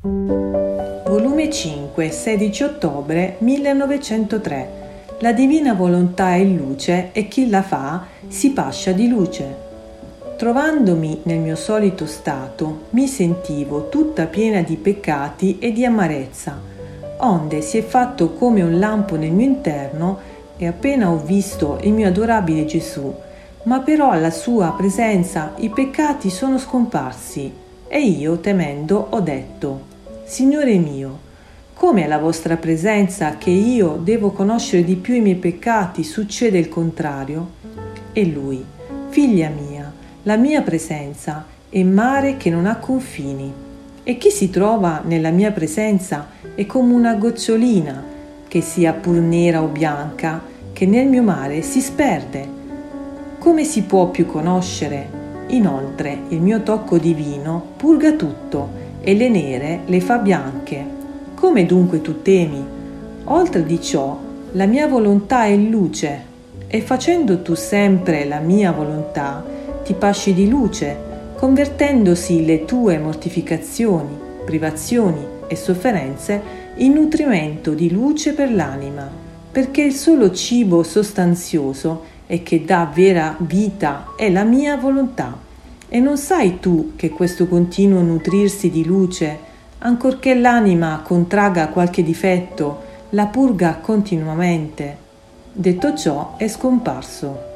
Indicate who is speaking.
Speaker 1: Volume 5, 16 ottobre 1903. La divina volontà è luce e chi la fa si pascia di luce. Trovandomi nel mio solito stato, mi sentivo tutta piena di peccati e di amarezza, onde si è fatto come un lampo nel mio interno e appena ho visto il mio adorabile Gesù, ma però alla sua presenza i peccati sono scomparsi e io, temendo, ho detto: Signore mio, come alla vostra presenza che io devo conoscere di più i miei peccati succede il contrario? E lui: figlia mia, la mia presenza è mare che non ha confini, e chi si trova nella mia presenza è come una gocciolina, che sia pur nera o bianca, che nel mio mare si sperde. Come si può più conoscere? Inoltre il mio tocco divino purga tutto e le nere le fa bianche. Come dunque tu temi? Oltre di ciò, la mia volontà è luce, e facendo tu sempre la mia volontà, ti pasci di luce, convertendosi le tue mortificazioni, privazioni e sofferenze in nutrimento di luce per l'anima, perché il solo cibo sostanzioso e che dà vera vita è la mia volontà. E non sai tu che questo continuo nutrirsi di luce, ancorché l'anima contragga qualche difetto, la purga continuamente? Detto ciò, è scomparso.